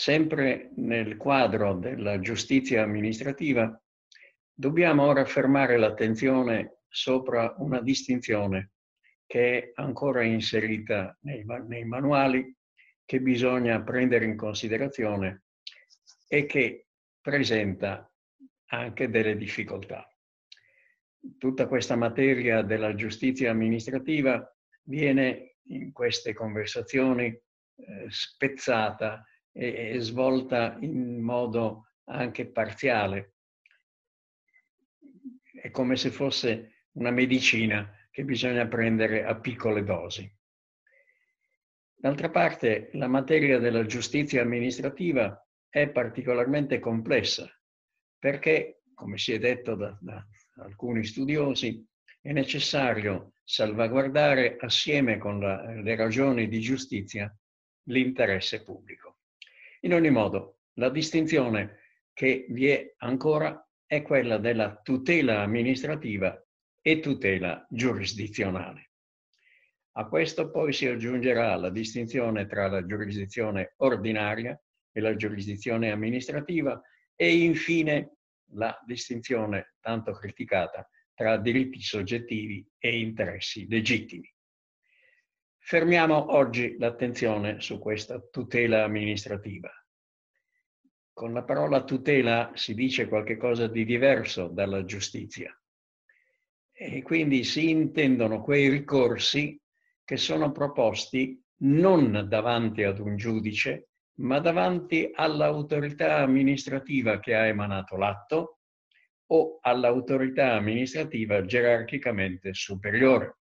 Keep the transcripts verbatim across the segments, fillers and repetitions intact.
Sempre nel quadro della giustizia amministrativa, dobbiamo ora fermare l'attenzione sopra una distinzione che è ancora inserita nei, nei manuali, che bisogna prendere in considerazione e che presenta anche delle difficoltà. Tutta questa materia della giustizia amministrativa viene in queste conversazioni eh, spezzata e, e svolta in modo anche parziale. È come se fosse una medicina che bisogna prendere a piccole dosi. D'altra parte, la materia della giustizia amministrativa è particolarmente complessa perché, come si è detto da, da alcuni studiosi, è necessario salvaguardare assieme con la, le ragioni di giustizia l'interesse pubblico. In ogni modo, la distinzione che vi è ancora è quella della tutela amministrativa e tutela giurisdizionale. A questo poi si aggiungerà la distinzione tra la giurisdizione ordinaria e la giurisdizione amministrativa e infine la distinzione tanto criticata tra diritti soggettivi e interessi legittimi. Fermiamo oggi l'attenzione su questa tutela amministrativa. Con la parola tutela si dice qualcosa di diverso dalla giustizia e quindi si intendono quei ricorsi che sono proposti non davanti ad un giudice, ma davanti all'autorità amministrativa che ha emanato l'atto o all'autorità amministrativa gerarchicamente superiore.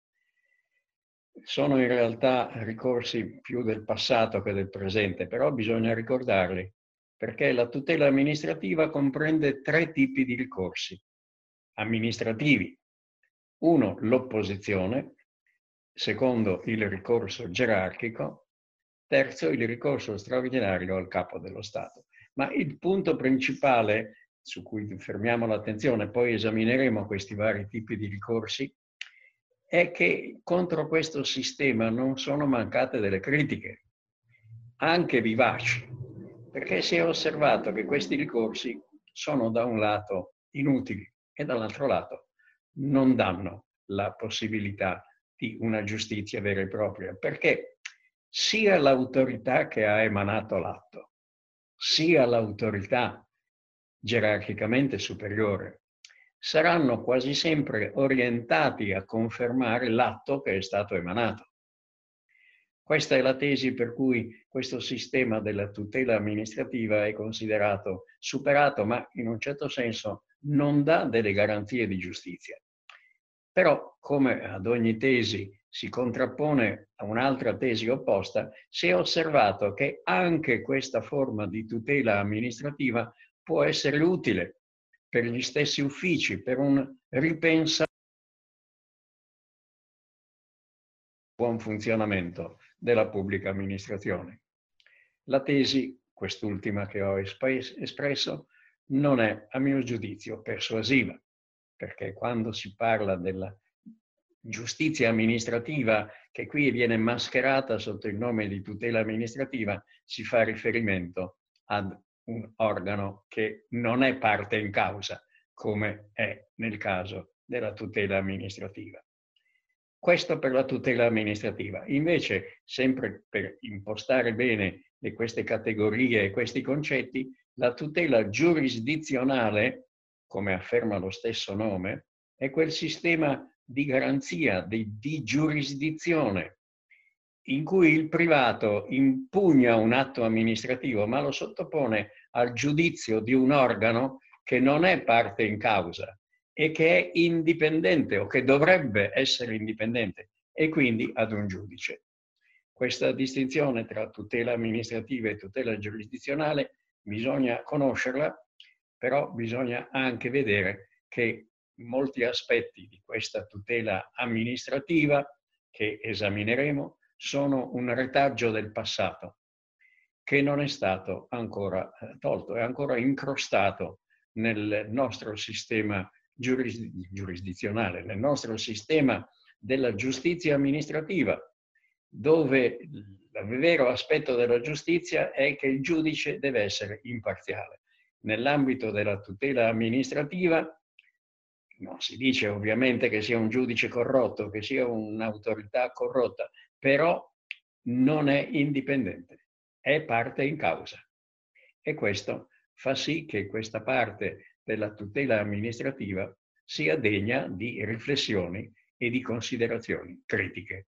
Sono in realtà ricorsi più del passato che del presente, però bisogna ricordarli, perché la tutela amministrativa comprende tre tipi di ricorsi amministrativi. Uno, l'opposizione. Secondo, il ricorso gerarchico. Terzo, il ricorso straordinario al capo dello Stato. Ma il punto principale su cui fermiamo l'attenzione, poi esamineremo questi vari tipi di ricorsi, è che contro questo sistema non sono mancate delle critiche, anche vivaci, perché si è osservato che questi ricorsi sono da un lato inutili e dall'altro lato non danno la possibilità di una giustizia vera e propria, perché sia l'autorità che ha emanato l'atto, sia l'autorità gerarchicamente superiore, saranno quasi sempre orientati a confermare l'atto che è stato emanato. Questa è la tesi per cui questo sistema della tutela amministrativa è considerato superato, ma in un certo senso non dà delle garanzie di giustizia. Però, come ad ogni tesi si contrappone a un'altra tesi opposta, si è osservato che anche questa forma di tutela amministrativa può essere utile per gli stessi uffici, per un ripensamento del buon funzionamento della pubblica amministrazione. La tesi, quest'ultima che ho espresso, non è, a mio giudizio, persuasiva, perché quando si parla della giustizia amministrativa, che qui viene mascherata sotto il nome di tutela amministrativa, si fa riferimento ad un organo che non è parte in causa, come è nel caso della tutela amministrativa. Questo per la tutela amministrativa. Invece, sempre per impostare bene queste categorie e questi concetti, la tutela giurisdizionale, come afferma lo stesso nome, è quel sistema di garanzia, di, di giurisdizione, in cui il privato impugna un atto amministrativo, ma lo sottopone al giudizio di un organo che non è parte in causa e che è indipendente o che dovrebbe essere indipendente e quindi ad un giudice. Questa distinzione tra tutela amministrativa e tutela giurisdizionale bisogna conoscerla, però bisogna anche vedere che molti aspetti di questa tutela amministrativa che esamineremo sono un retaggio del passato che non è stato ancora tolto, è ancora incrostato nel nostro sistema giurisdizionale, nel nostro sistema della giustizia amministrativa, dove il vero aspetto della giustizia è che il giudice deve essere imparziale. Nell'ambito della tutela amministrativa non si dice ovviamente che sia un giudice corrotto, che sia un'autorità corrotta, però non è indipendente, è parte in causa. E questo fa sì che questa parte della tutela amministrativa sia degna di riflessioni e di considerazioni critiche.